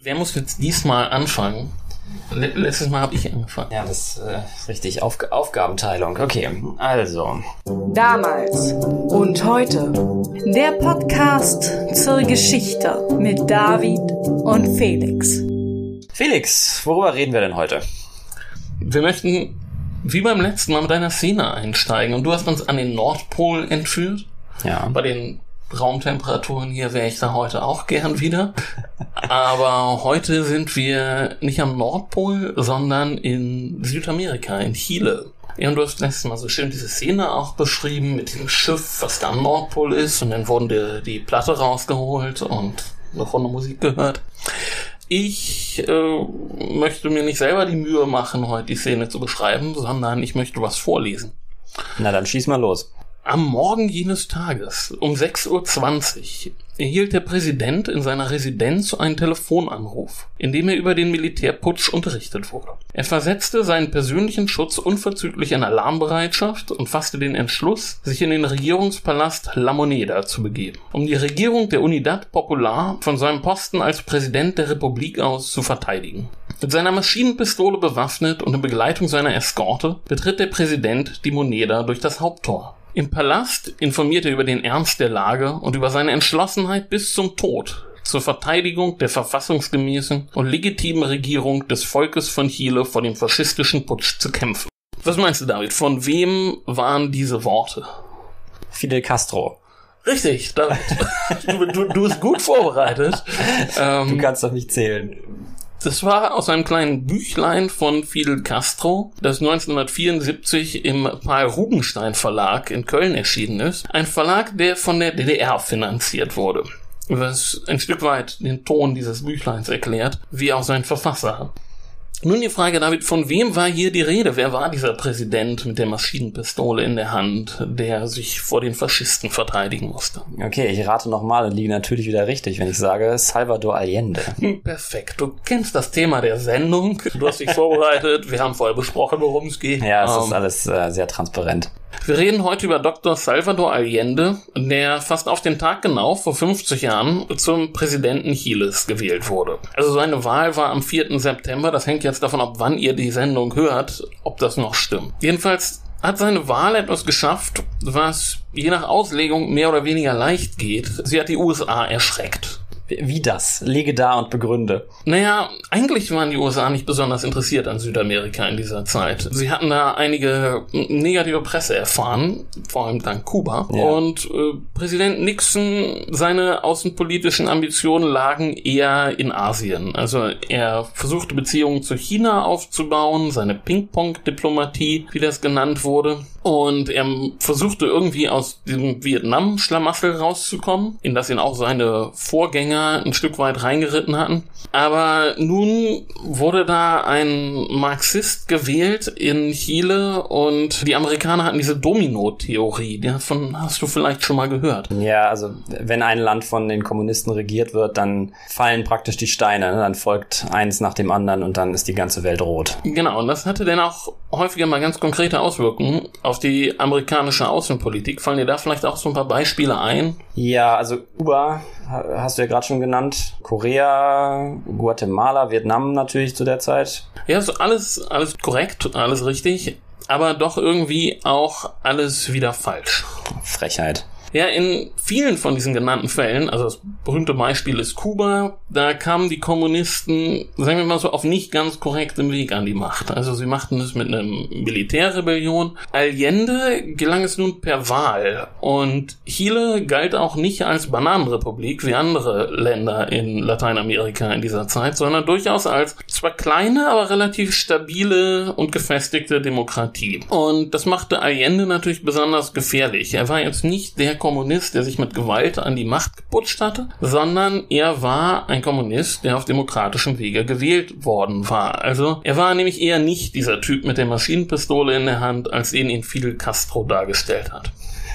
Wer muss jetzt diesmal anfangen? Letztes Mal habe ich angefangen. Ja, das ist richtig. Aufgabenteilung. Okay, also. Damals und heute. Der Podcast zur Geschichte mit David und Felix. Felix, worüber reden wir denn heute? Wir möchten, wie beim letzten Mal, mit einer Szene einsteigen. Und du hast uns an den Nordpol entführt. Ja. Bei den Raumtemperaturen hier wäre ich da heute auch gern wieder. Aber heute sind wir nicht am Nordpol, sondern in Südamerika, in Chile. Ja, und du hast letztes Mal so schön diese Szene auch beschrieben mit dem Schiff, was da am Nordpol ist. Und dann wurden die Platte rausgeholt und noch von der Musik gehört. Ich möchte mir nicht selber die Mühe machen, heute die Szene zu beschreiben, sondern ich möchte was vorlesen. Na, dann schieß mal los. Am Morgen jenes Tages, um 6:20 Uhr, erhielt der Präsident in seiner Residenz einen Telefonanruf, in dem er über den Militärputsch unterrichtet wurde. Er versetzte seinen persönlichen Schutz unverzüglich in Alarmbereitschaft und fasste den Entschluss, sich in den Regierungspalast La Moneda zu begeben, um die Regierung der Unidad Popular von seinem Posten als Präsident der Republik aus zu verteidigen. Mit seiner Maschinenpistole bewaffnet und in Begleitung seiner Eskorte betritt der Präsident die Moneda durch das Haupttor. Im Palast informiert er über den Ernst der Lage und über seine Entschlossenheit bis zum Tod zur Verteidigung der verfassungsgemäßen und legitimen Regierung des Volkes von Chile vor dem faschistischen Putsch zu kämpfen. Was meinst du, David? Von wem waren diese Worte? Fidel Castro. Richtig, David. Du bist gut vorbereitet. Du kannst doch nicht zählen. Das war aus einem kleinen Büchlein von Fidel Castro, das 1974 im Paul Rubenstein Verlag in Köln erschienen ist. Ein Verlag, der von der DDR finanziert wurde. Was ein Stück weit den Ton dieses Büchleins erklärt, wie auch sein Verfasser. Nun die Frage, David, von wem war hier die Rede? Wer war dieser Präsident mit der Maschinenpistole in der Hand, der sich vor den Faschisten verteidigen musste? Okay, ich rate nochmal und liege natürlich wieder richtig, wenn ich sage Salvador Allende. Perfekt. Du kennst das Thema der Sendung. Du hast dich vorbereitet. Wir haben vorher besprochen, worum es geht. Ja, es ist alles sehr transparent. Wir reden heute über Dr. Salvador Allende, der fast auf den Tag genau vor 50 Jahren zum Präsidenten Chiles gewählt wurde. Also seine Wahl war am 4. September. Das hängt jetzt davon ab, wann ihr die Sendung hört, ob das noch stimmt. Jedenfalls hat seine Wahl etwas geschafft, was je nach Auslegung mehr oder weniger leicht geht. Sie hat die USA erschreckt. Wie das? Lege da und begründe. Naja, eigentlich waren die USA nicht besonders interessiert an Südamerika in dieser Zeit. Sie hatten da einige negative Presse erfahren, vor allem dank Kuba. Ja. Und Präsident Nixon, seine außenpolitischen Ambitionen lagen eher in Asien. Also er versuchte Beziehungen zu China aufzubauen, seine Ping-Pong-Diplomatie, wie das genannt wurde. Und er versuchte irgendwie aus diesem Vietnam-Schlamassel rauszukommen, in das ihn auch seine Vorgänger ein Stück weit reingeritten hatten. Aber nun wurde da ein Marxist gewählt in Chile und die Amerikaner hatten diese Domino-Theorie. Davon hast du vielleicht schon mal gehört. Ja, also wenn ein Land von den Kommunisten regiert wird, dann fallen praktisch die Steine. Ne? Dann folgt eins nach dem anderen und dann ist die ganze Welt rot. Genau, und das hatte dann auch häufiger mal ganz konkrete Auswirkungen auf die amerikanische Außenpolitik. Fallen dir da vielleicht auch so ein paar Beispiele ein? Ja, also Kuba hast du ja gerade schon genannt. Korea, Guatemala, Vietnam natürlich zu der Zeit. Ja, so alles korrekt, alles richtig, aber doch irgendwie auch alles wieder falsch. Frechheit. Ja, in vielen von diesen genannten Fällen, also das berühmte Beispiel ist Kuba, da kamen die Kommunisten, sagen wir mal so, auf nicht ganz korrektem Weg an die Macht. Also sie machten es mit einer Militärrebellion. Allende gelang es nun per Wahl und Chile galt auch nicht als Bananenrepublik wie andere Länder in Lateinamerika in dieser Zeit, sondern durchaus als zwar kleine, aber relativ stabile und gefestigte Demokratie. Und das machte Allende natürlich besonders gefährlich. Er war jetzt nicht der Kommunist, der sich mit Gewalt an die Macht geputscht hatte, sondern er war ein Kommunist, der auf demokratischem Wege gewählt worden war. Also er war nämlich eher nicht dieser Typ mit der Maschinenpistole in der Hand, als ihn Fidel Castro dargestellt hat.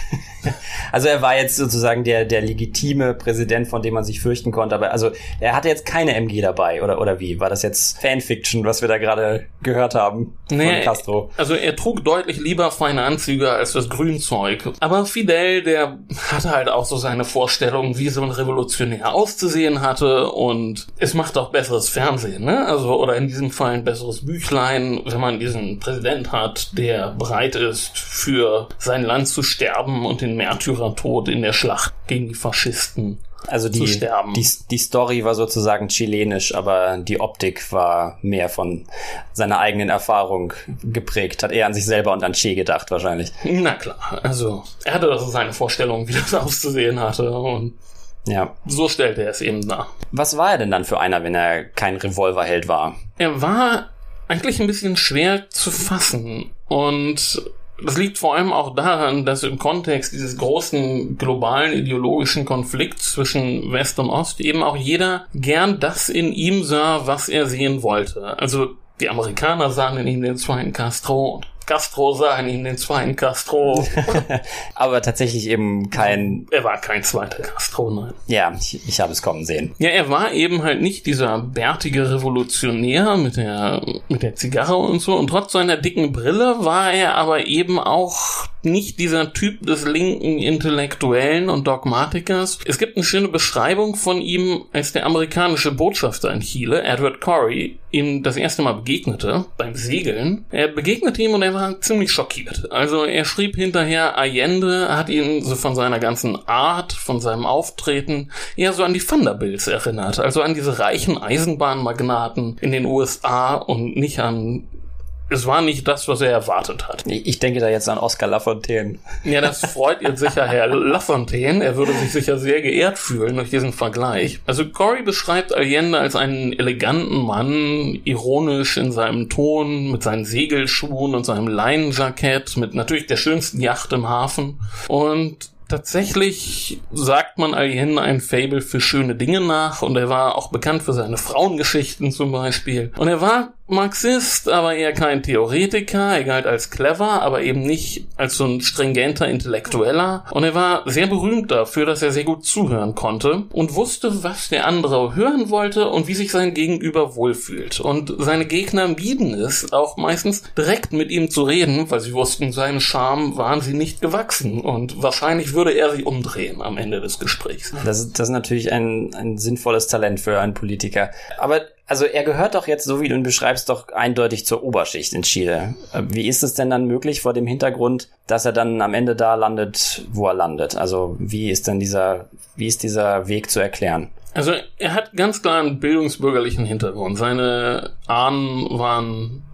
Also er war jetzt sozusagen der legitime Präsident, von dem man sich fürchten konnte, aber also er hatte jetzt keine MG dabei, oder wie? War das jetzt Fanfiction, was wir da gerade gehört haben von Castro? Also er trug deutlich lieber feine Anzüge als das Grünzeug. Aber Fidel, der hatte halt auch so seine Vorstellungen, wie so ein Revolutionär auszusehen hatte, und es macht auch besseres Fernsehen, ne? Also, oder in diesem Fall ein besseres Büchlein, wenn man diesen Präsident hat, der bereit ist, für sein Land zu sterben und den Märtyrertod in der Schlacht gegen die Faschisten zu sterben. Die Story war sozusagen chilenisch, aber die Optik war mehr von seiner eigenen Erfahrung geprägt. Hat eher an sich selber und an Che gedacht wahrscheinlich. Na klar, also er hatte also seine Vorstellung, wie das auszusehen hatte, und ja, so stellte er es eben dar. Was war er denn dann für einer, wenn er kein Revolverheld war? Er war eigentlich ein bisschen schwer zu fassen, und das liegt vor allem auch daran, dass im Kontext dieses großen globalen ideologischen Konflikts zwischen West und Ost eben auch jeder gern das in ihm sah, was er sehen wollte. Also die Amerikaner sahen in ihm den zweiten Castro, und Castro sah in ihm den zweiten Castro. Aber tatsächlich eben kein... Er war kein zweiter Castro, nein. Ja, ich habe es kommen sehen. Ja, er war eben halt nicht dieser bärtige Revolutionär mit der Zigarre und so, und trotz seiner dicken Brille war er aber eben auch nicht dieser Typ des linken Intellektuellen und Dogmatikers. Es gibt eine schöne Beschreibung von ihm, als der amerikanische Botschafter in Chile, Edward Corey, ihm das erste Mal begegnete, beim Segeln. Er begegnete ihm und er war ziemlich schockiert. Also er schrieb hinterher, Allende hat ihn so von seiner ganzen Art, von seinem Auftreten eher so an die Vanderbilts erinnert, also an diese reichen Eisenbahnmagnaten in den USA, und nicht an... Es war nicht das, was er erwartet hat. Ich denke da jetzt an Oscar Lafontaine. Ja, das freut jetzt sicher Herr Lafontaine. Er würde sich sicher sehr geehrt fühlen durch diesen Vergleich. Also Corey beschreibt Allende als einen eleganten Mann, ironisch in seinem Ton, mit seinen Segelschuhen und seinem Leinenjackett, mit natürlich der schönsten Yacht im Hafen. Und tatsächlich sagt man Allende ein Faible für schöne Dinge nach, und er war auch bekannt für seine Frauengeschichten zum Beispiel. Und er war Marxist, aber eher kein Theoretiker. Er galt als clever, aber eben nicht als so ein stringenter Intellektueller. Und er war sehr berühmt dafür, dass er sehr gut zuhören konnte und wusste, was der andere hören wollte und wie sich sein Gegenüber wohlfühlt. Und seine Gegner mieden es auch meistens, direkt mit ihm zu reden, weil sie wussten, seinen Charme waren sie nicht gewachsen. Und wahrscheinlich würde er sie umdrehen am Ende des Gesprächs. Das ist natürlich ein sinnvolles Talent für einen Politiker. Aber also er gehört doch jetzt, so wie du ihn beschreibst, doch eindeutig zur Oberschicht in Chile. Wie ist es denn dann möglich vor dem Hintergrund, dass er dann am Ende da landet, wo er landet? Also wie ist dieser Weg zu erklären? Also er hat ganz klar einen bildungsbürgerlichen Hintergrund. Seine Ahnen waren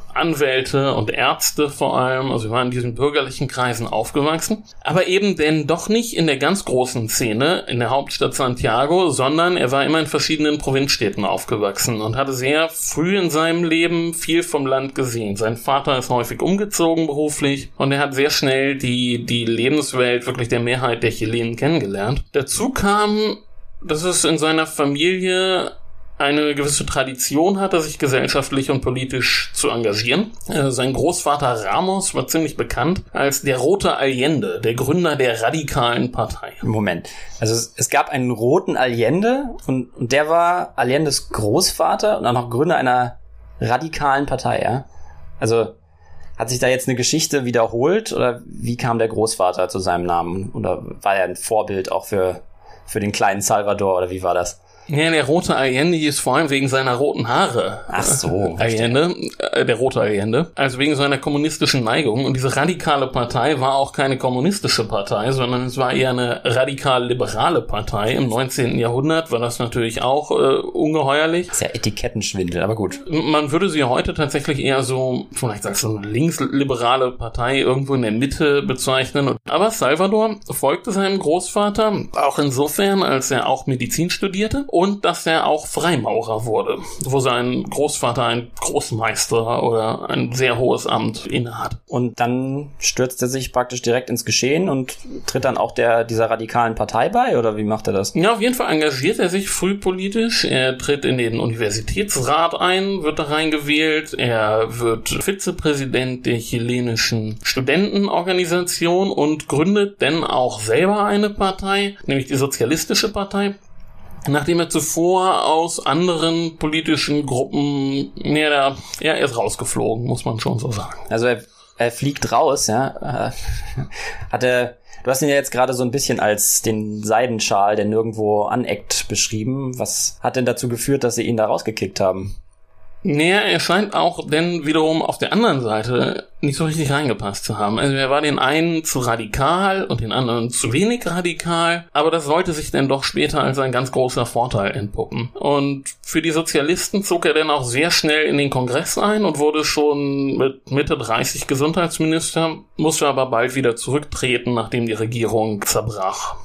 Anwälte und Ärzte vor allem, also wir waren in diesen bürgerlichen Kreisen aufgewachsen, aber eben denn doch nicht in der ganz großen Szene in der Hauptstadt Santiago, sondern er war immer in verschiedenen Provinzstädten aufgewachsen und hatte sehr früh in seinem Leben viel vom Land gesehen. Sein Vater ist häufig umgezogen beruflich, und er hat sehr schnell die Lebenswelt wirklich der Mehrheit der Chilenen kennengelernt. Dazu kam, dass es in seiner Familie eine gewisse Tradition hatte, sich gesellschaftlich und politisch zu engagieren. Sein Großvater Ramos war ziemlich bekannt als der Rote Allende, der Gründer der radikalen Partei. Moment, also es gab einen roten Allende, und der war Allendes Großvater und auch noch Gründer einer radikalen Partei, ja? Also hat sich da jetzt eine Geschichte wiederholt, oder wie kam der Großvater zu seinem Namen? Oder war er ein Vorbild auch für den kleinen Salvador, oder wie war das? Ja, der rote Allende hieß vor allem wegen seiner roten Haare. Ach so. Allende, der rote Allende. Also wegen seiner kommunistischen Neigung. Und diese radikale Partei war auch keine kommunistische Partei, sondern es war eher eine radikal-liberale Partei. Im 19. Jahrhundert war das natürlich auch ungeheuerlich. Das ist ja Etikettenschwindel, aber gut. Man würde sie heute tatsächlich eher so, vielleicht als so eine linksliberale Partei irgendwo in der Mitte bezeichnen. Aber Salvador folgte seinem Großvater auch insofern, als er auch Medizin studierte und dass er auch Freimaurer wurde, wo sein Großvater ein Großmeister oder ein sehr hohes Amt innehat. Und dann stürzt er sich praktisch direkt ins Geschehen und tritt dann auch dieser radikalen Partei bei, oder wie macht er das? Ja, auf jeden Fall engagiert er sich früh politisch. Er tritt in den Universitätsrat ein, wird da reingewählt. Er wird Vizepräsident der chilenischen Studentenorganisation und gründet dann auch selber eine Partei, nämlich die Sozialistische Partei. Nachdem er zuvor aus anderen politischen Gruppen, er ist rausgeflogen, muss man schon so sagen. Also er fliegt raus, ja. Du hast ihn ja jetzt gerade so ein bisschen als den Seidenschal, der nirgendwo aneckt, beschrieben. Was hat denn dazu geführt, dass sie ihn da rausgekickt haben? Naja, er scheint auch denn wiederum auf der anderen Seite nicht so richtig reingepasst zu haben. Also er war den einen zu radikal und den anderen zu wenig radikal, aber das sollte sich dann doch später als ein ganz großer Vorteil entpuppen. Und für die Sozialisten zog er dann auch sehr schnell in den Kongress ein und wurde schon mit Mitte 30 Gesundheitsminister, musste aber bald wieder zurücktreten, nachdem die Regierung zerbrach.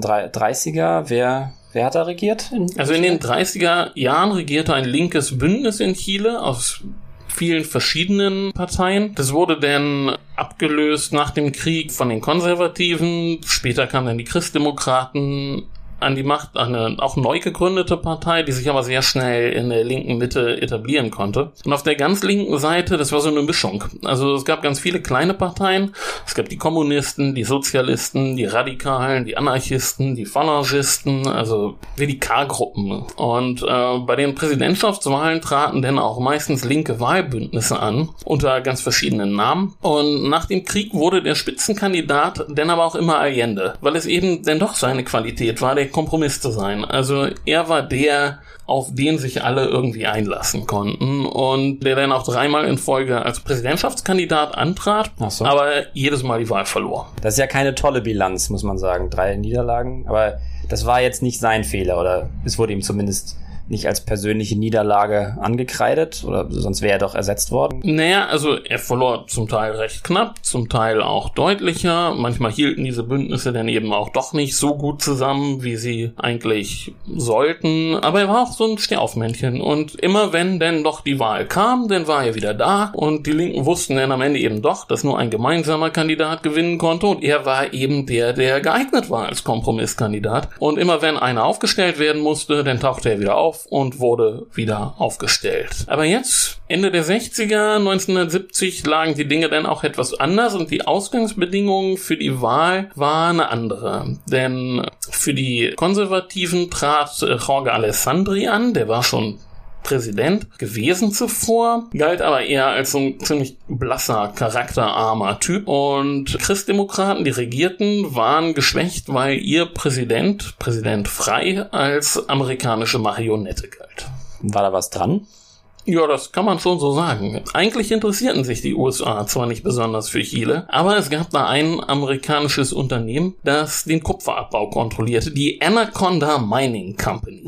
30er, Wer hat da regiert? Also in den 30er Jahren regierte ein linkes Bündnis in Chile aus vielen verschiedenen Parteien. Das wurde dann abgelöst nach dem Krieg von den Konservativen. Später kamen dann die Christdemokraten an die Macht, eine auch neu gegründete Partei, die sich aber sehr schnell in der linken Mitte etablieren konnte. Und auf der ganz linken Seite, das war so eine Mischung. Also es gab ganz viele kleine Parteien. Es gab die Kommunisten, die Sozialisten, die Radikalen, die Anarchisten, die Falangisten, also wie die K-Gruppen. Und bei den Präsidentschaftswahlen traten dann auch meistens linke Wahlbündnisse an, unter ganz verschiedenen Namen. Und nach dem Krieg wurde der Spitzenkandidat dann aber auch immer Allende, weil es eben dann doch seine Qualität war, der Kompromiss zu sein. Also er war der, auf den sich alle irgendwie einlassen konnten und der dann auch 3-mal in Folge als Präsidentschaftskandidat antrat, aber jedes Mal die Wahl verlor. Das ist ja keine tolle Bilanz, muss man sagen. 3 Niederlagen, aber das war jetzt nicht sein Fehler, oder es wurde ihm zumindest nicht als persönliche Niederlage angekreidet, oder sonst wäre er doch ersetzt worden? Naja, also er verlor zum Teil recht knapp, zum Teil auch deutlicher. Manchmal hielten diese Bündnisse dann eben auch doch nicht so gut zusammen, wie sie eigentlich sollten. Aber er war auch so ein Stehaufmännchen. Und immer wenn denn doch die Wahl kam, dann war er wieder da. Und die Linken wussten dann am Ende eben doch, dass nur ein gemeinsamer Kandidat gewinnen konnte. Und er war eben der geeignet war als Kompromisskandidat. Und immer wenn einer aufgestellt werden musste, dann tauchte er wieder auf und wurde wieder aufgestellt. Aber jetzt, Ende der 60er, 1970, lagen die Dinge dann auch etwas anders und die Ausgangsbedingungen für die Wahl waren eine andere. Denn für die Konservativen trat Jorge Alessandri an, der war schon Präsident gewesen zuvor, galt aber eher als so ein ziemlich blasser, charakterarmer Typ. Und Christdemokraten, die regierten, waren geschwächt, weil ihr Präsident Frey, als amerikanische Marionette galt. War da was dran? Ja, das kann man schon so sagen. Eigentlich interessierten sich die USA zwar nicht besonders für Chile, aber es gab da ein amerikanisches Unternehmen, das den Kupferabbau kontrollierte, die Anaconda Mining Company.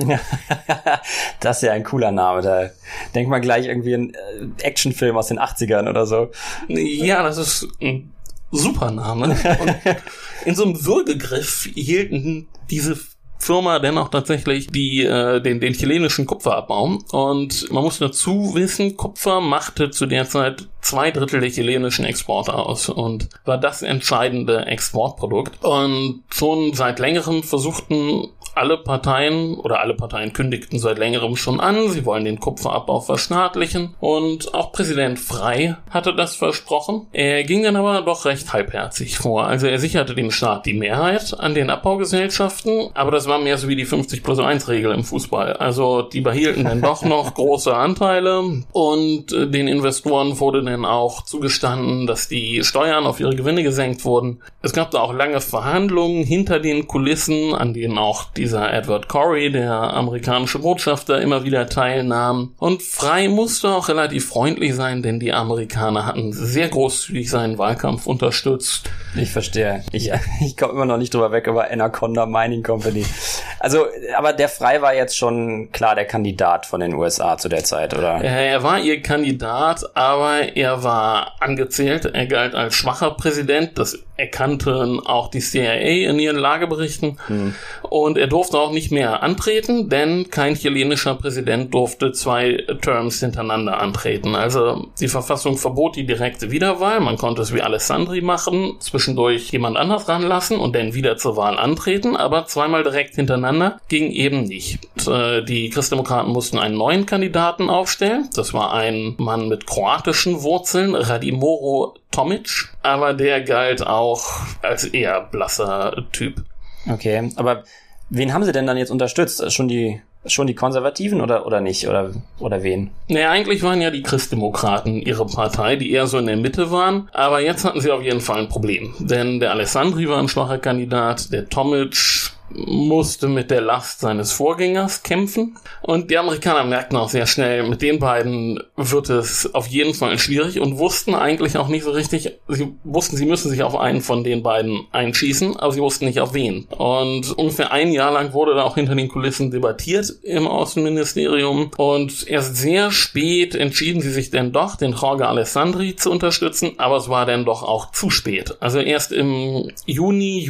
Das ist ja ein cooler Name, da denkt man gleich irgendwie einen Actionfilm aus den 80ern oder so. Ja, das ist ein super Name. Und in so einem Würgegriff hielten diese Firma dennoch tatsächlich den chilenischen Kupferabbau. Und man muss dazu wissen, Kupfer machte zu der Zeit 2/3 der chilenischen Exporte aus und war das entscheidende Exportprodukt. Und schon seit längerem versuchten alle Parteien kündigten seit längerem schon an, sie wollen den Kupferabbau verstaatlichen, und auch Präsident Frey hatte das versprochen. Er ging dann aber doch recht halbherzig vor. Also er sicherte dem Staat die Mehrheit an den Abbaugesellschaften, aber das war mehr so wie die 50+1-Regel im Fußball. Also die behielten dann doch noch große Anteile, und den Investoren wurde dann auch zugestanden, dass die Steuern auf ihre Gewinne gesenkt wurden. Es gab da auch lange Verhandlungen hinter den Kulissen, an denen auch dieser Edward Corey, der amerikanische Botschafter, immer wieder teilnahm. Und Frey musste auch relativ freundlich sein, denn die Amerikaner hatten sehr großzügig seinen Wahlkampf unterstützt. Ich verstehe. Ich komme immer noch nicht drüber weg über Anaconda Mining Company. Also, aber der Frey war jetzt schon klar der Kandidat von den USA zu der Zeit, oder? Er war ihr Kandidat, aber er war angezählt. Er galt als schwacher Präsident. Das erkannten auch die CIA in ihren Lageberichten. Und er durfte auch nicht mehr antreten, denn kein chilenischer Präsident durfte 2 Terms hintereinander antreten. Also die Verfassung verbot die direkte Wiederwahl. Man konnte es wie Alessandri machen, zwischendurch jemand anders ranlassen und dann wieder zur Wahl antreten, aber zweimal direkt hintereinander ging eben nicht. Die Christdemokraten mussten einen neuen Kandidaten aufstellen. Das war ein Mann mit kroatischen Wurzeln, Radimiro Tomic, aber der galt auch als eher blasser Typ. Okay, aber wen haben sie denn dann jetzt unterstützt? Schon die Konservativen oder nicht? Oder wen? Naja, eigentlich waren ja die Christdemokraten ihre Partei, die eher so in der Mitte waren. Aber jetzt hatten sie auf jeden Fall ein Problem. Denn der Alessandri war ein schwacher Kandidat, der Tomic musste mit der Last seines Vorgängers kämpfen. Und die Amerikaner merkten auch sehr schnell, mit den beiden wird es auf jeden Fall schwierig und wussten eigentlich auch nicht so richtig, sie wussten, sie müssen sich auf einen von den beiden einschießen, aber sie wussten nicht auf wen. Und ungefähr ein Jahr lang wurde da auch hinter den Kulissen debattiert im Außenministerium und erst sehr spät entschieden sie sich dann doch, den Jorge Alessandri zu unterstützen, aber es war dann doch auch zu spät. Also erst im Juli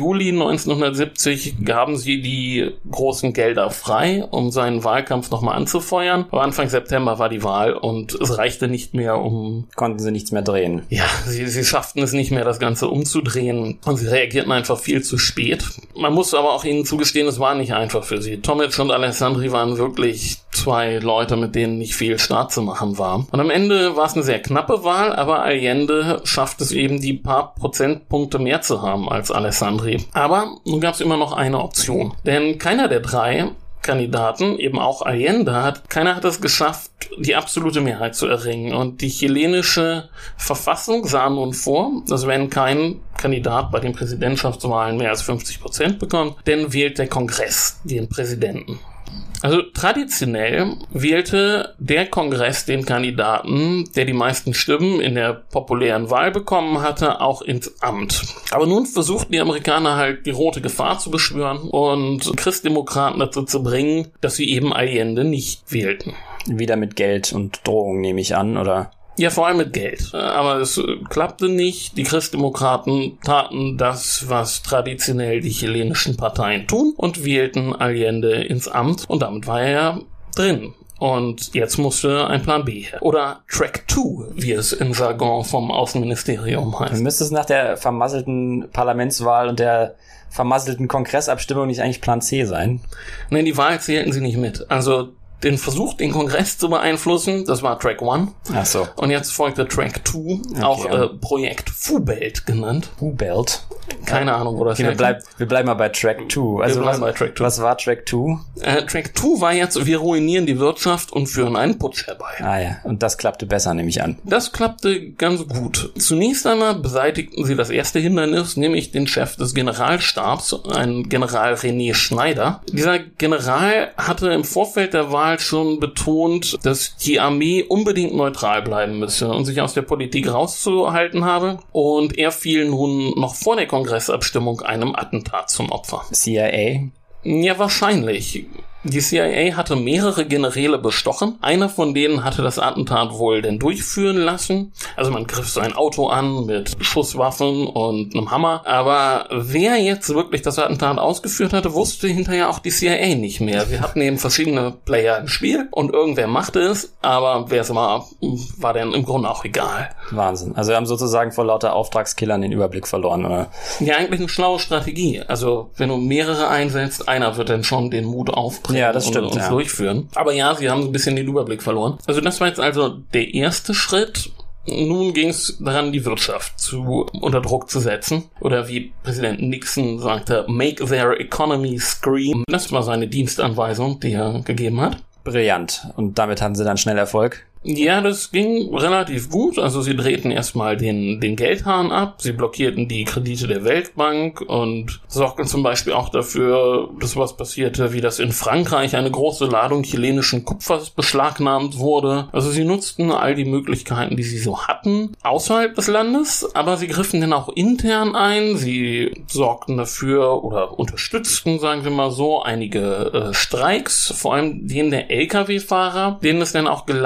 1970 gaben sie die großen Gelder frei, um seinen Wahlkampf nochmal anzufeuern. Aber Anfang September war die Wahl und es reichte nicht mehr, Konnten sie nichts mehr drehen. Ja, sie schafften es nicht mehr, das Ganze umzudrehen und sie reagierten einfach viel zu spät. Man muss aber auch ihnen zugestehen, es war nicht einfach für sie. Tomic und Alessandri waren wirklich 2 Leute, mit denen nicht viel Start zu machen war. Und am Ende war es eine sehr knappe Wahl, aber Allende schafft es eben, die paar Prozentpunkte mehr zu haben als Alessandri. Aber nun gab es immer noch eine Option. Denn keiner der 3 Kandidaten, eben auch Allende, keiner hat es geschafft, die absolute Mehrheit zu erringen. Und die chilenische Verfassung sah nun vor, dass wenn kein Kandidat bei den Präsidentschaftswahlen mehr als 50% bekommt, dann wählt der Kongress den Präsidenten. Also traditionell wählte der Kongress den Kandidaten, der die meisten Stimmen in der populären Wahl bekommen hatte, auch ins Amt. Aber nun versuchten die Amerikaner halt die rote Gefahr zu beschwören und Christdemokraten dazu zu bringen, dass sie eben Allende nicht wählten. Wieder mit Geld und Drohungen, nehme ich an, oder? Ja, vor allem mit Geld. Aber es klappte nicht. Die Christdemokraten taten das, was traditionell die chilenischen Parteien tun und wählten Allende ins Amt. Und damit war er ja drin. Und jetzt musste ein Plan B her. Oder Track 2, wie es im Jargon vom Außenministerium heißt. Müsste es nach der vermasselten Parlamentswahl und der vermasselten Kongressabstimmung nicht eigentlich Plan C sein? Nein, die Wahl zählten sie nicht mit. Also den Versuch, den Kongress zu beeinflussen, das war Track 1. Ach so. Und jetzt folgte Track 2, okay, auch Projekt Fubelt genannt. Fubelt? Keine Ahnung, wo das herkommt. Wir bleiben mal bei Track 2. Also was war Track 2? Track 2 war jetzt, wir ruinieren die Wirtschaft und führen einen Putsch herbei. Ah ja, und das klappte besser, nehme ich an. Das klappte ganz gut. Zunächst einmal beseitigten sie das erste Hindernis, nämlich den Chef des Generalstabs, ein General René Schneider. Dieser General hatte im Vorfeld der Wahl schon betont, dass die Armee unbedingt neutral bleiben müsse und sich aus der Politik rauszuhalten habe. Und er fiel nun noch vor der Kongressabstimmung einem Attentat zum Opfer. CIA? Ja, wahrscheinlich. Die CIA hatte mehrere Generäle bestochen. Einer von denen hatte das Attentat wohl denn durchführen lassen. Also man griff sein Auto an mit Schusswaffen und einem Hammer. Aber wer jetzt wirklich das Attentat ausgeführt hatte, wusste hinterher auch die CIA nicht mehr. Sie hatten eben verschiedene Player im Spiel und irgendwer machte es. Aber wer es war dann im Grunde auch egal. Wahnsinn. Also wir haben sozusagen vor lauter Auftragskillern den Überblick verloren, oder? Ja, eigentlich eine schlaue Strategie. Also wenn du mehrere einsetzt, einer wird dann schon den Mut aufbringen. Ja, das stimmt, und durchführen. Aber ja, sie haben ein bisschen den Überblick verloren. Also das war jetzt also der erste Schritt. Nun ging es daran, die Wirtschaft unter Druck zu setzen. Oder wie Präsident Nixon sagte, make their economy scream. Das war seine Dienstanweisung, die er gegeben hat. Brillant. Und damit hatten sie dann schnell Erfolg? Ja, das ging relativ gut. Also sie drehten erstmal den Geldhahn ab, sie blockierten die Kredite der Weltbank und sorgten zum Beispiel auch dafür, dass was passierte, wie das in Frankreich eine große Ladung chilenischen Kupfers beschlagnahmt wurde. Also sie nutzten all die Möglichkeiten, die sie so hatten, außerhalb des Landes, aber sie griffen dann auch intern ein. Sie sorgten dafür oder unterstützten, sagen wir mal so, einige Streiks, vor allem den der Lkw-Fahrer, denen es dann auch gelang, das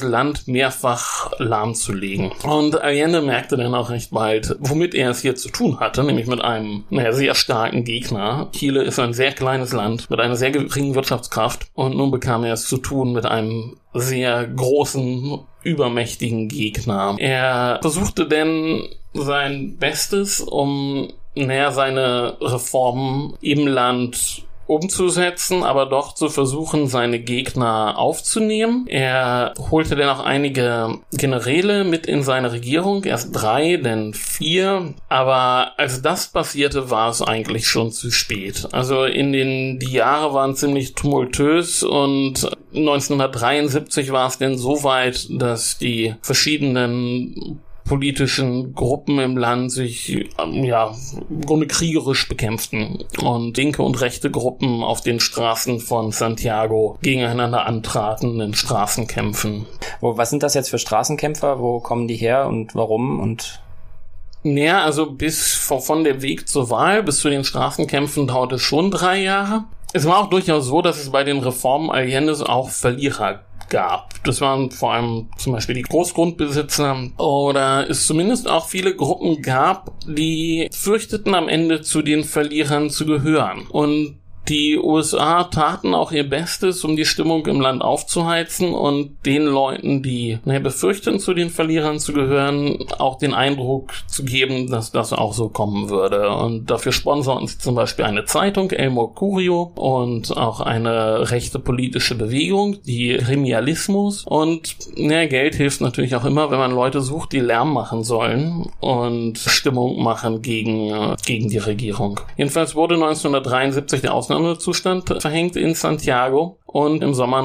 Land mehrfach lahmzulegen. Und Allende merkte dann auch recht bald, womit er es hier zu tun hatte, nämlich mit einem sehr starken Gegner. Chile ist ein sehr kleines Land mit einer sehr geringen Wirtschaftskraft und nun bekam er es zu tun mit einem sehr großen, übermächtigen Gegner. Er versuchte denn sein Bestes, um seine Reformen im Land umzusetzen, aber doch zu versuchen, seine Gegner aufzunehmen. Er holte dann auch einige Generäle mit in seine Regierung, erst 3, dann 4, aber als das passierte, war es eigentlich schon zu spät. Also die Jahre waren ziemlich tumultös und 1973 war es dann so weit, dass die verschiedenen politischen Gruppen im Land sich im Grunde kriegerisch bekämpften und linke und rechte Gruppen auf den Straßen von Santiago gegeneinander antraten in Straßenkämpfen. Was sind das jetzt für Straßenkämpfer? Wo kommen die her und warum? Also von der Weg zur Wahl bis zu den Straßenkämpfen dauerte es schon 3 Jahre. Es war auch durchaus so, dass es bei den Reformen Allendes auch Verlierer gab. Das waren vor allem zum Beispiel die Großgrundbesitzer oder es zumindest auch viele Gruppen gab, die fürchteten am Ende zu den Verlierern zu gehören. Und die USA taten auch ihr Bestes, um die Stimmung im Land aufzuheizen und den Leuten, die befürchten, zu den Verlierern zu gehören, auch den Eindruck zu geben, dass das auch so kommen würde. Und dafür sponsorten sie zum Beispiel eine Zeitung, El Mercurio, und auch eine rechte politische Bewegung, die Remialismus. Und Geld hilft natürlich auch immer, wenn man Leute sucht, die Lärm machen sollen und Stimmung machen gegen die Regierung. Jedenfalls wurde 1973 der Ausnahmezustand verhängt in Santiago und im Sommer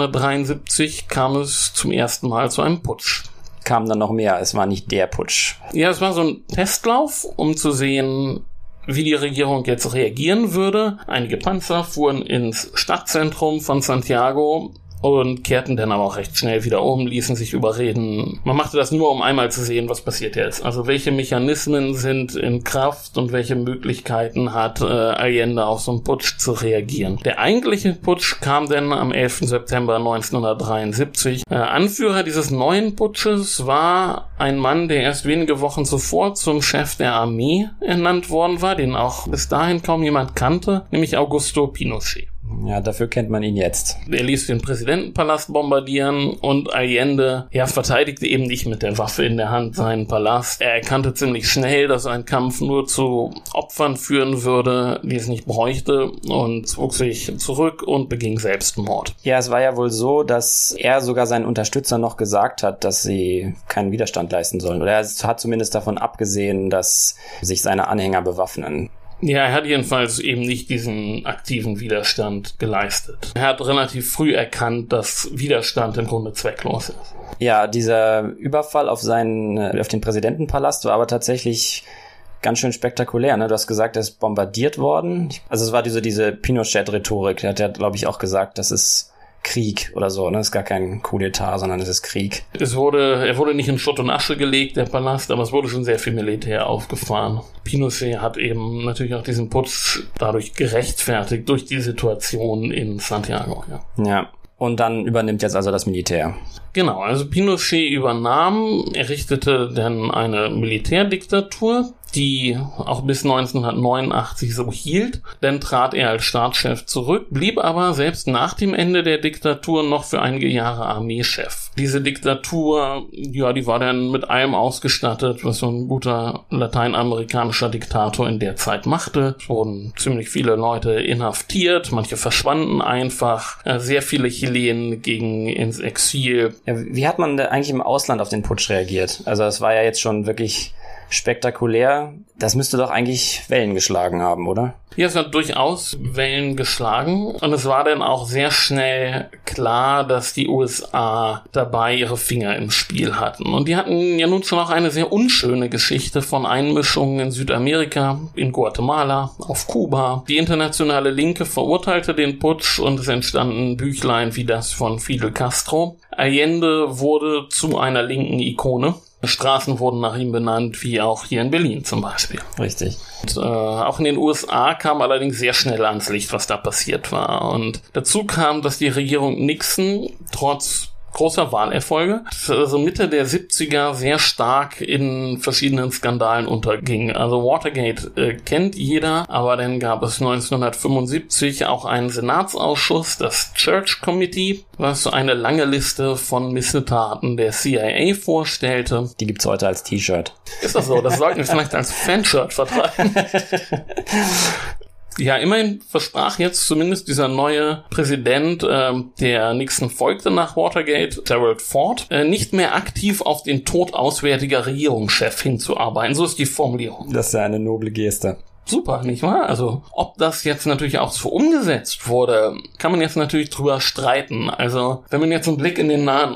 1973 kam es zum ersten Mal zu einem Putsch. Kam dann noch mehr, es war nicht der Putsch. Ja, es war so ein Testlauf, um zu sehen, wie die Regierung jetzt reagieren würde. Einige Panzer fuhren ins Stadtzentrum von Santiago und kehrten dann aber auch recht schnell wieder um, ließen sich überreden. Man machte das nur, um einmal zu sehen, was passiert jetzt. Also welche Mechanismen sind in Kraft und welche Möglichkeiten hat Allende auf so einen Putsch zu reagieren. Der eigentliche Putsch kam dann am 11. September 1973. Anführer dieses neuen Putsches war ein Mann, der erst wenige Wochen zuvor zum Chef der Armee ernannt worden war, den auch bis dahin kaum jemand kannte, nämlich Augusto Pinochet. Ja, dafür kennt man ihn jetzt. Er ließ den Präsidentenpalast bombardieren und Allende verteidigte eben nicht mit der Waffe in der Hand seinen Palast. Er erkannte ziemlich schnell, dass ein Kampf nur zu Opfern führen würde, die es nicht bräuchte, und zog sich zurück und beging Selbstmord. Ja, es war ja wohl so, dass er sogar seinen Unterstützern noch gesagt hat, dass sie keinen Widerstand leisten sollen. Oder er hat zumindest davon abgesehen, dass sich seine Anhänger bewaffnen. Ja, er hat jedenfalls eben nicht diesen aktiven Widerstand geleistet. Er hat relativ früh erkannt, dass Widerstand im Grunde zwecklos ist. Ja, dieser Überfall auf den Präsidentenpalast war aber tatsächlich ganz schön spektakulär, ne? Du hast gesagt, er ist bombardiert worden. Also es war diese Pinochet-Rhetorik. Der hat ja, glaube ich, auch gesagt, das ist Krieg oder so, ne? Das ist gar kein Coup d'État, sondern es ist Krieg. Er wurde nicht in Schutt und Asche gelegt, der Palast, aber es wurde schon sehr viel Militär aufgefahren. Pinochet hat eben natürlich auch diesen Putsch dadurch gerechtfertigt, durch die Situation in Santiago. Ja. Und dann übernimmt jetzt also das Militär. Genau, also Pinochet übernahm, errichtete dann eine Militärdiktatur, die auch bis 1989 so hielt. Dann trat er als Staatschef zurück, blieb aber selbst nach dem Ende der Diktatur noch für einige Jahre Armeechef. Diese Diktatur, die war dann mit allem ausgestattet, was so ein guter lateinamerikanischer Diktator in der Zeit machte. Es wurden ziemlich viele Leute inhaftiert, manche verschwanden einfach, sehr viele Chilenen gingen ins Exil. Ja, wie hat man da eigentlich im Ausland auf den Putsch reagiert? Also es war ja jetzt schon wirklich spektakulär. Das müsste doch eigentlich Wellen geschlagen haben, oder? Ja, es hat durchaus Wellen geschlagen und es war dann auch sehr schnell klar, dass die USA dabei ihre Finger im Spiel hatten. Und die hatten ja nun schon auch eine sehr unschöne Geschichte von Einmischungen in Südamerika, in Guatemala, auf Kuba. Die internationale Linke verurteilte den Putsch und es entstanden Büchlein wie das von Fidel Castro. Allende wurde zu einer linken Ikone. Straßen wurden nach ihm benannt, wie auch hier in Berlin zum Beispiel. Richtig. Und, auch in den USA kam allerdings sehr schnell ans Licht, was da passiert war. Und dazu kam, dass die Regierung Nixon trotz großer Wahlerfolge, also Mitte der 70er sehr stark in verschiedenen Skandalen unterging. Also Watergate kennt jeder, aber dann gab es 1975 auch einen Senatsausschuss, das Church Committee, was eine lange Liste von Missetaten der CIA vorstellte. Die gibt's heute als T-Shirt. Ist das so? Das sollten wir vielleicht als Fanshirt vertreiben. Ja, immerhin versprach jetzt zumindest dieser neue Präsident, der Nixon folgte nach Watergate, Gerald Ford, nicht mehr aktiv auf den Tod auswärtiger Regierungschef hinzuarbeiten. So ist die Formulierung. Das ist ja eine noble Geste. Super, nicht wahr? Also, ob das jetzt natürlich auch so umgesetzt wurde, kann man jetzt natürlich drüber streiten. Also, wenn man jetzt einen Blick in den Nahen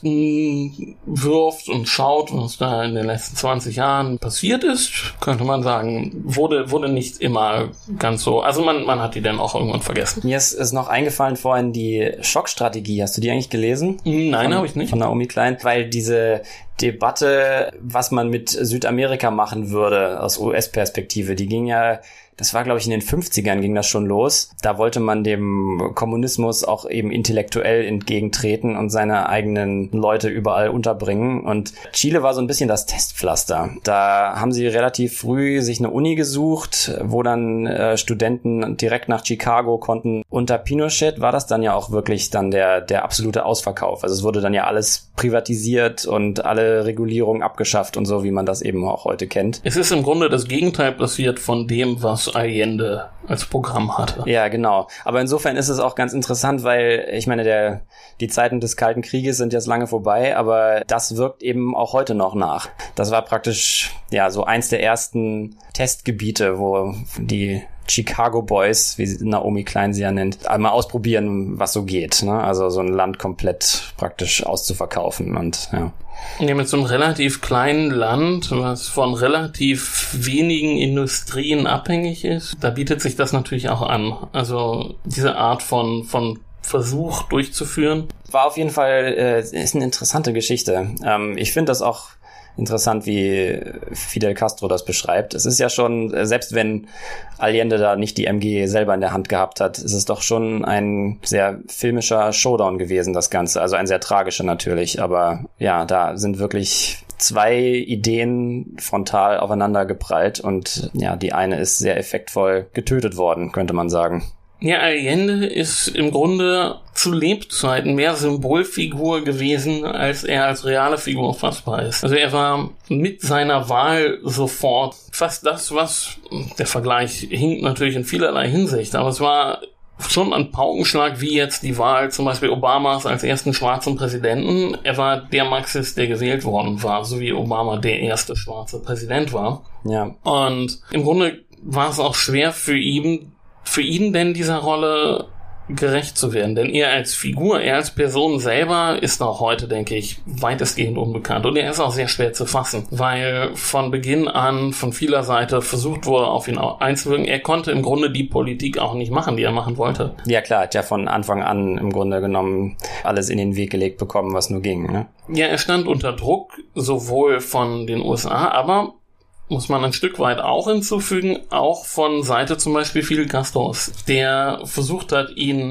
Osten wirft und schaut, was da in den letzten 20 Jahren passiert ist, könnte man sagen, wurde nicht immer ganz so. Also, man hat die dann auch irgendwann vergessen. Mir ist noch eingefallen vorhin die Schockstrategie. Hast du die eigentlich gelesen? Nein, habe ich nicht. Von Naomi Klein. Weil diese Debatte, was man mit Südamerika machen würde aus US-Perspektive, die ging ja, das war glaube ich in den 50ern ging das schon los. Da wollte man dem Kommunismus auch eben intellektuell entgegentreten und seine eigenen Leute überall unterbringen. Und Chile war so ein bisschen das Testpflaster. Da haben sie relativ früh sich eine Uni gesucht, wo dann Studenten direkt nach Chicago konnten. Unter Pinochet war das dann ja auch wirklich dann der absolute Ausverkauf. Also es wurde dann ja alles privatisiert und alle Regulierungen abgeschafft und so, wie man das eben auch heute kennt. Es ist im Grunde das Gegenteil passiert von dem, was Allende als Programm hatte. Ja, genau. Aber insofern ist es auch ganz interessant, weil ich meine, die Zeiten des Kalten Krieges sind jetzt lange vorbei, aber das wirkt eben auch heute noch nach. Das war praktisch ja so eins der ersten Testgebiete, wo die Chicago Boys, wie Naomi Klein sie ja nennt, einmal ausprobieren, was so geht, ne? Also so ein Land komplett praktisch auszuverkaufen und ja. Ja, mit so einem relativ kleinen Land, was von relativ wenigen Industrien abhängig ist, da bietet sich das natürlich auch an. Also diese Art von Versuch durchzuführen. War auf jeden Fall, ist eine interessante Geschichte. Ich finde das auch interessant, wie Fidel Castro das beschreibt. Es ist ja schon, selbst wenn Allende da nicht die MG selber in der Hand gehabt hat, ist es doch schon ein sehr filmischer Showdown gewesen, das Ganze. Also ein sehr tragischer natürlich, aber ja, da sind wirklich zwei Ideen frontal aufeinander geprallt und ja, die eine ist sehr effektvoll getötet worden, könnte man sagen. Ja, Allende ist im Grunde zu Lebzeiten mehr Symbolfigur gewesen, als er als reale Figur fassbar ist. Also er war mit seiner Wahl sofort fast das, was, der Vergleich hinkt natürlich in vielerlei Hinsicht, aber es war schon ein Paukenschlag, wie jetzt die Wahl zum Beispiel Obamas als ersten schwarzen Präsidenten. Er war der Marxist, der gewählt worden war, so wie Obama der erste schwarze Präsident war. Ja. Und im Grunde war es auch schwer für ihn denn dieser Rolle gerecht zu werden. Denn er als Figur, er als Person selber ist auch heute, denke ich, weitestgehend unbekannt. Und er ist auch sehr schwer zu fassen, weil von Beginn an von vieler Seite versucht wurde, auf ihn einzuwirken. Er konnte im Grunde die Politik auch nicht machen, die er machen wollte. Ja klar, hat ja von Anfang an im Grunde genommen alles in den Weg gelegt bekommen, was nur ging, ne? Ja, er stand unter Druck, sowohl von den USA, aber muss man ein Stück weit auch hinzufügen, auch von Seite zum Beispiel Fidel Castros, der versucht hat,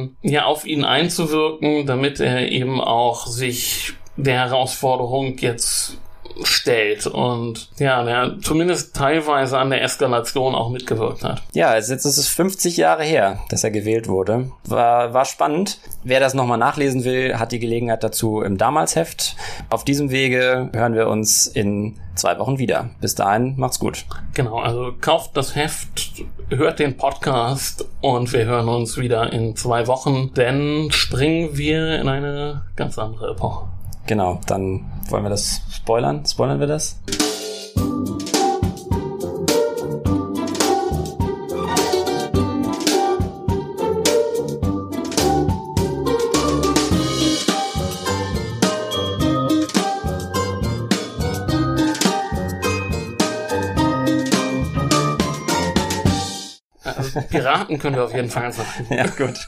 auf ihn einzuwirken, damit er eben auch sich der Herausforderung jetzt stellt und ja, der zumindest teilweise an der Eskalation auch mitgewirkt hat. Ja, jetzt ist es 50 Jahre her, dass er gewählt wurde. War spannend. Wer das nochmal nachlesen will, hat die Gelegenheit dazu im Damalsheft. Auf diesem Wege hören wir uns in 2 Wochen wieder. Bis dahin, macht's gut. Genau, also kauft das Heft, hört den Podcast und wir hören uns wieder in 2 Wochen, denn springen wir in eine ganz andere Epoche. Genau, dann wollen wir das spoilern. Spoilern wir das? Also Piraten können wir auf jeden Fall sagen. Ja, gut.